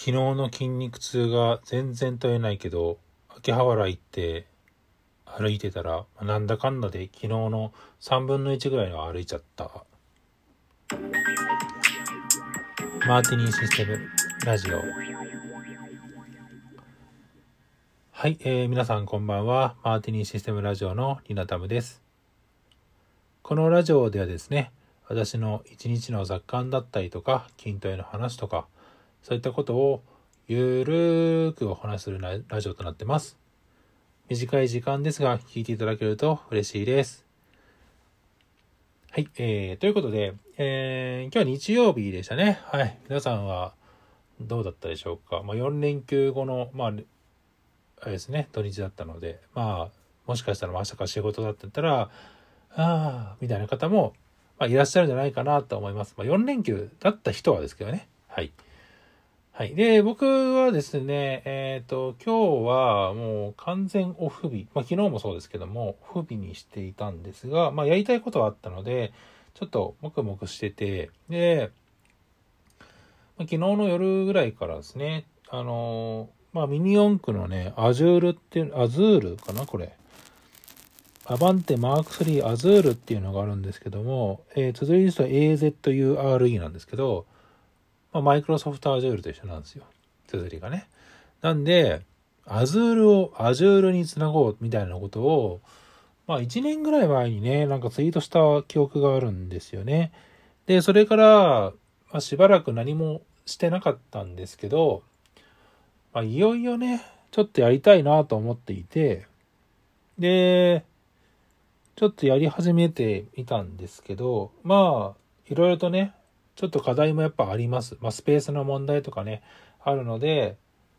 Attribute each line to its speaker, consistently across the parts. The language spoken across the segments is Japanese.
Speaker 1: 昨日の筋肉痛が全然取れないけど、秋葉原行って歩いてたら、なんだかんだで昨日の3分の1ぐらいは歩いちゃった。マーティニーシステムラジオ。はい、皆さんこんばんは。マーティニーシステムラジオのリナタムです。このラジオではですね、私の一日の雑感だったりとか、筋トレの話とか、そういったことをゆるーくお話しするラジオとなってます。短い時間ですが、聞いていただけると嬉しいです。はい、ということで、今日は日曜日でしたね。はい、皆さんはどうだったでしょうか。4連休後の、あれですね、土日だったので、もしかしたら明日から仕事だったら、みたいな方も、いらっしゃるんじゃないかなと思います。4連休だった人はですけどね。はい。はい。で、僕はですね、今日はもう完全オフ日。昨日もそうですけども、オフ日にしていたんですが、やりたいことはあったので、ちょっと黙々してて、で、昨日の夜ぐらいからですね、ミニ四駆のね、アズールかなこれ。アバンテマーク3アズールっていうのがあるんですけども、綴りですと AZURE なんですけど、マイクロソフトアジュールと一緒なんですよ。綴りがね。なんで、アズールをアジュールにつなごうみたいなことを、1年ぐらい前にね、なんかツイートした記憶があるんですよね。で、それから、しばらく何もしてなかったんですけど、いよいよね、ちょっとやりたいなと思っていて、で、ちょっとやり始めてみたんですけど、いろいろとね、ちょっと課題もやっぱあります。スペースの問題とかね、あるので、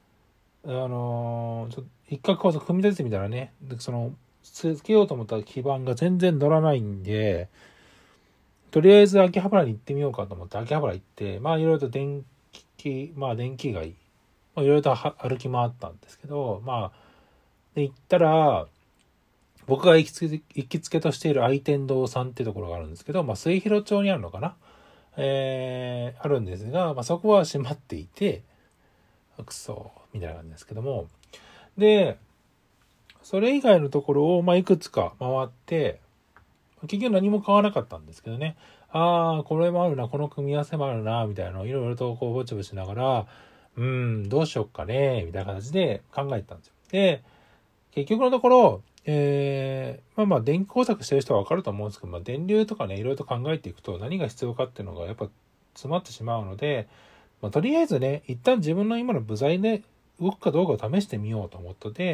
Speaker 1: 一角構造組み立ててみたらね、つけようと思った基板が全然乗らないんで、とりあえず秋葉原に行ってみようかと思って秋葉原行って、いろいろと電気街、いろいろと歩き回ったんですけど、で行ったら、僕が行きつけとしている愛天堂さんっていうところがあるんですけど、末広町にあるのかな、あるんですが、そこは閉まっていて、くそみたいな感じですけども、で、それ以外のところをいくつか回って、結局何も買わなかったんですけどね、これもあるな、この組み合わせもあるな、みたいなのをいろいろとこうぼちぼちしながら、どうしよっかね、みたいな形で考えてたんですよ。で、結局のところ、電気工作してる人は分かると思うんですけど、電流とかね、いろいろと考えていくと何が必要かっていうのがやっぱ詰まってしまうので、とりあえずね、一旦自分の今の部材で動くかどうかを試してみようと思って、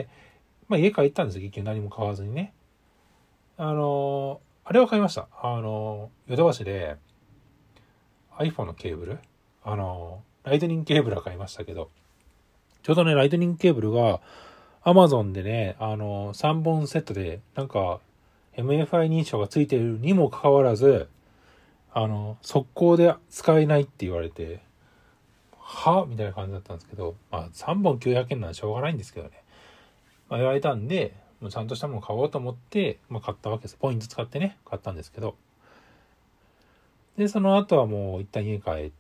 Speaker 1: 家帰ったんですよ、結局何も買わずにね。あれは買いました。ヨドバシで iPhone のケーブル、ライトニングケーブルは買いましたけど、ちょうどね、ライトニングケーブルがAmazon でね、3本セットで、MFI 認証がついているにもかかわらず、速攻で使えないって言われて、みたいな感じだったんですけど、3本900円なんでしょうがないんですけどね。言われたんで、もうちゃんとしたもの買おうと思って、買ったわけです。ポイント使ってね、買ったんですけど。で、その後はもう一旦家帰って、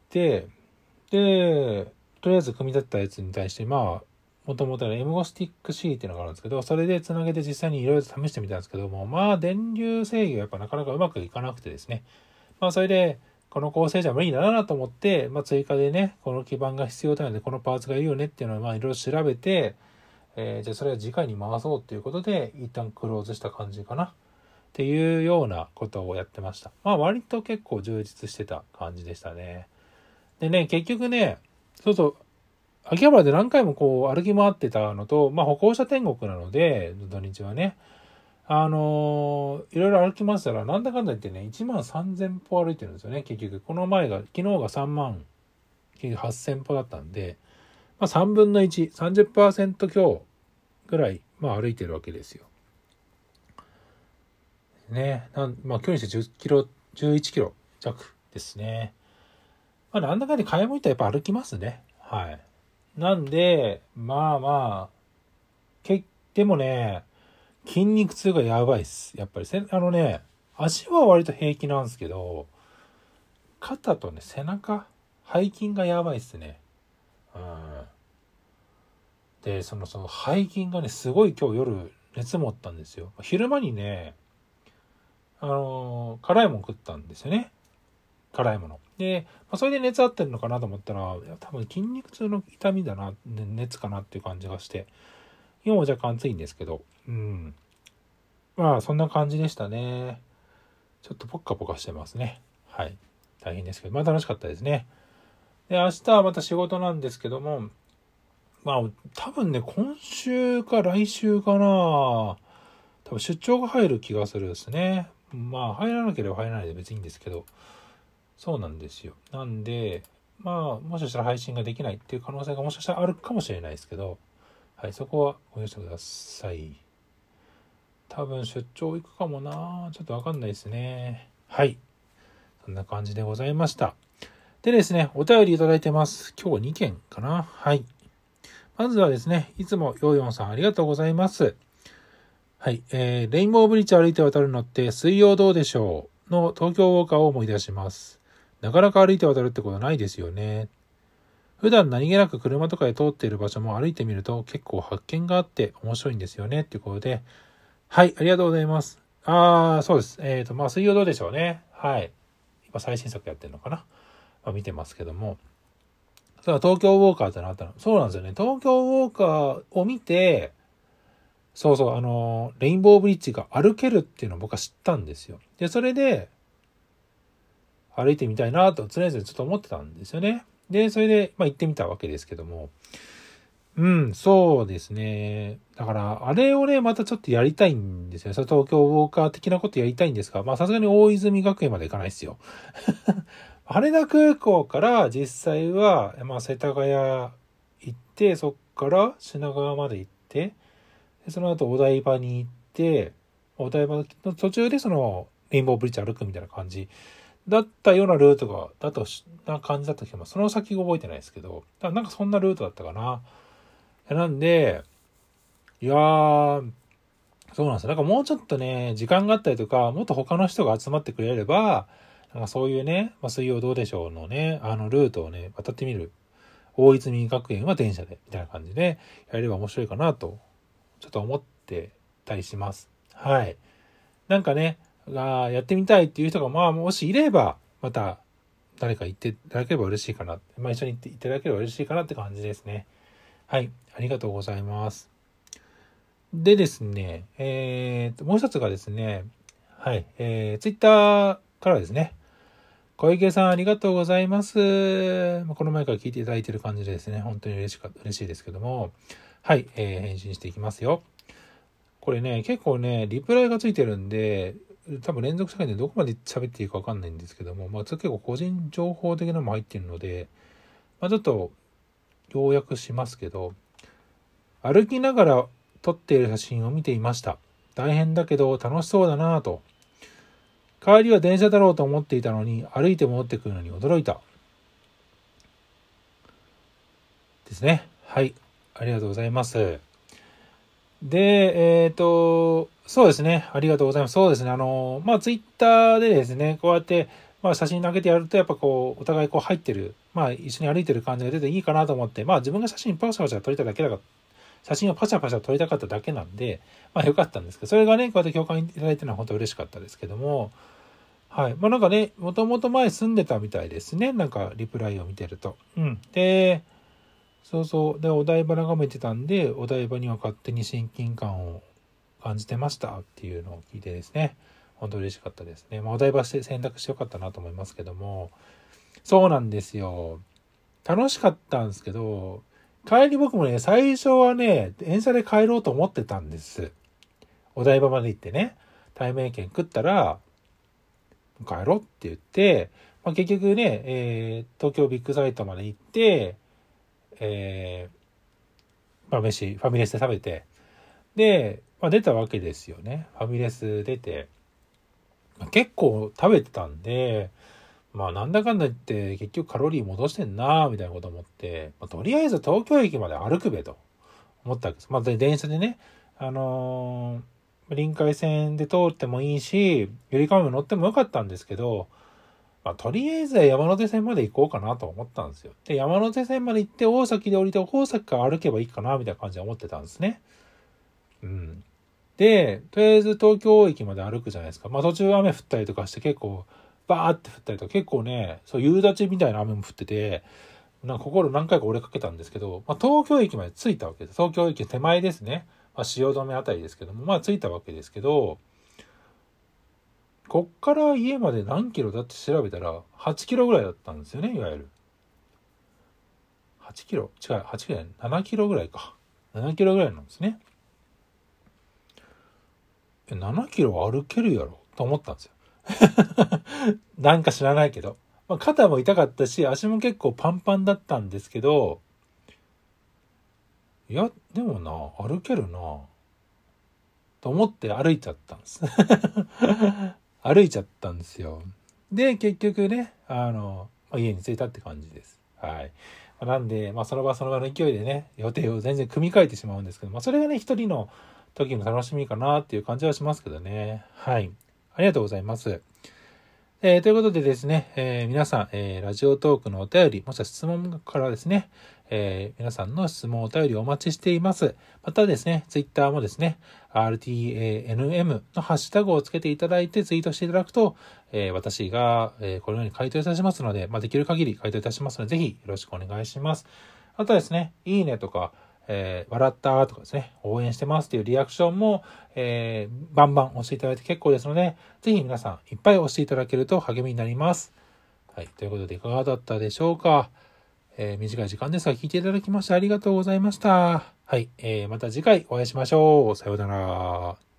Speaker 1: で、とりあえず組み立てたやつに対して、もともとの M5 スティック C っていうのがあるんですけど、それでつなげて実際にいろいろ試してみたんですけども、電流制御がやっぱなかなかうまくいかなくてですね。それで、この構成じゃ無理だなと思って、追加でね、この基板が必要なので、このパーツがいるよねっていうのをいろいろ調べて、じゃあそれは次回に回そうっていうことで、一旦クローズした感じかな。っていうようなことをやってました。割と結構充実してた感じでしたね。でね、結局ね、秋葉原で何回もこう歩き回ってたのと、歩行者天国なので、土日はね、いろいろ歩きましたら、なんだかんだ言ってね、1万3000歩歩いてるんですよね、結局。昨日が3万8000歩だったんで、3分の1、30% 強ぐらい、歩いてるわけですよ。ね、距離して10キロ、11キロ弱ですね。なんだかんだ買い物行ったらやっぱ歩きますね。はい。なんで、でもね、筋肉痛がやばいっす。やっぱり足は割と平気なんですけど、肩とね、背中、背筋がやばいっすね。 で、その背筋がね、すごい今日夜熱持ったんですよ。昼間にね、辛いもの食ったんですよね。辛いもの。で、それで熱あってるのかなと思ったら、多分筋肉痛の痛みだな、熱かなっていう感じがして、今も若干暑いんですけど、まあ、そんな感じでしたね。ちょっとポッカポカしてますね。はい。大変ですけど、まあ楽しかったですね。で、明日はまた仕事なんですけども、まあ、多分ね、今週か来週かな、多分出張が入る気がするですね。まあ、入らなければ入らないで別にいいんですけど、そうなんですよ。なんで、まあ、もしかしたら配信ができないっていう可能性がもしかしたらあるかもしれないですけど、はい、そこはご容赦ください。多分出張行くかもな、ちょっとわかんないですね。はい。そんな感じでございました。でですね、お便りいただいてます。今日2件かな。はい。まずはですね、いつもヨーヨンさんありがとうございます。はい。レインボーブリッジ歩いて渡るのって水曜どうでしょうの東京ウォーカーを思い出します。なかなか歩いて渡るってことないですよね。普段何気なく車とかで通っている場所も歩いてみると結構発見があって面白いんですよねっていうことで、はい、ありがとうございます。そうです。まあ水曜どうでしょうね。はい。今最新作やってるのかな。まあ、見てますけども。東京ウォーカーってなったの。そうなんですよね。東京ウォーカーを見て、レインボーブリッジが歩けるっていうのを僕は知ったんですよ。で、それで、歩いてみたいなと常々ちょっと思ってたんですよね。で、それで、まあ行ってみたわけですけども。そうですね。だから、あれをね、またちょっとやりたいんですよね。東京ウォーカー的なことやりたいんですが、まあさすがに大泉学園まで行かないですよ。羽田空港から実際は、まあ世田谷行って、そっから品川まで行って、でその後お台場に行って、お台場の途中でレインボーブリッジ歩くみたいな感じだったようなルートが、な感じだった気が、その先覚えてないですけど、なんかそんなルートだったかな。なんで、いやー、そうなんですよ。なんかもうちょっとね、時間があったりとか、もっと他の人が集まってくれれば、なんかそういうね、水曜どうでしょうのね、ルートをね、渡ってみる。大泉学園は電車で、みたいな感じで、やれば面白いかなと、ちょっと思ってたりします。はい。なんかね、やってみたいっていう人が、まあ、もしいれば、また、誰か言っていただければ嬉しいかな。まあ、一緒に行っていただければ嬉しいかなって感じですね。はい。ありがとうございます。でですね、もう一つがですね、はい、ツイッターからですね、小池さんありがとうございます。この前から聞いていただいている感じでですね、本当に嬉しいですけども、はい、返信していきますよ。これね、結構ね、リプライがついてるんで、多分連続社会でどこまで喋っていいかわかんないんですけども、まあ、結構個人情報的なのも入っているので、まあ、ちょっと要約しますけど、歩きながら撮っている写真を見ていました。大変だけど楽しそうだなぁと。帰りは電車だろうと思っていたのに、歩いて戻ってくるのに驚いた。ですね。はい。ありがとうございます。で、そうですね。ありがとうございます。そうですね。まあ、ツイッターでですね、こうやって、まあ、写真投げてやると、やっぱこう、お互いこう入ってる、まあ、一緒に歩いてる感じが出ていいかなと思って、まあ、自分が写真パシャパシャ撮りただけだから、写真をパシャパシャ撮りたかっただけなんで、まあ、よかったんですけど、それがね、こうやって共感いただいてるのは本当嬉しかったですけども、はい。まあ、なんかね、もともと前住んでたみたいですね。なんか、リプライを見てると。で、そうそう。で、お台場眺めてたんで、お台場には勝手に親近感を感じてましたっていうのを聞いてですね。本当嬉しかったですね。まあ、お台場選択してよかったなと思いますけども。そうなんですよ。楽しかったんですけど、帰り僕もね、最初はね、電車で帰ろうと思ってたんです。お台場まで行ってね、対面券食ったら、帰ろうって言って、まあ、結局ね、東京ビッグサイトまで行って、まあ、ファミレスで食べて、で、まあ、出たわけですよね。ファミレス出て、まあ、結構食べてたんで、まあなんだかんだ言って結局カロリー戻してんなーみたいなこと思って、まあ、とりあえず東京駅まで歩くべと思ったわけです。まあ電車でね、臨海線で通ってもいいし、ゆりかもめ乗ってもよかったんですけど、 とりあえずは山手線まで行こうかなと思ったんですよ。で、山手線まで行って大崎で降りて、大崎から歩けばいいかなみたいな感じで思ってたんですね。で、とりあえず東京駅まで歩くじゃないですか。途中雨降ったりとかして結構バーって降ったりとか結構ね、そう夕立みたいな雨も降ってて、心何回か折れかけたんですけど、東京駅まで着いたわけです。東京駅手前ですね。汐留あたりですけども、着いたわけですけど、こっから家まで何キロだって調べたら8キロぐらいだったんですよね、いわゆる。8キロ違う、8キロ7キロぐらいか。7キロぐらいなんですね。7キロ歩けるやろと思ったんですよ。なんか知らないけど。肩も痛かったし、足も結構パンパンだったんですけど、いや、でもな、歩けるな、と思って歩いちゃったんです。歩いちゃったんですよ。で、結局ね、家に着いたって感じです。はい。なんで、その場その場の勢いでね、予定を全然組み替えてしまうんですけど、それがね、一人の時の楽しみかなっていう感じはしますけどね。はい。ありがとうございます。ということでですね、皆さん、ラジオトークのお便り、もしくは質問からですね、皆さんの質問お便りをお待ちしています。またですね、ツイッターもですね、RTANM のハッシュタグをつけていただいてツイートしていただくと、私が、このように回答いたしますので、できる限り回答いたしますので、ぜひよろしくお願いします。あとはですね、いいねとか、笑ったとかですね、応援してますっていうリアクションも、バンバン押していただいて結構ですので、ぜひ皆さんいっぱい押していただけると励みになります。はい。ということでいかがだったでしょうか。短い時間ですが聞いていただきましてありがとうございました。はい。また次回お会いしましょう。さようなら。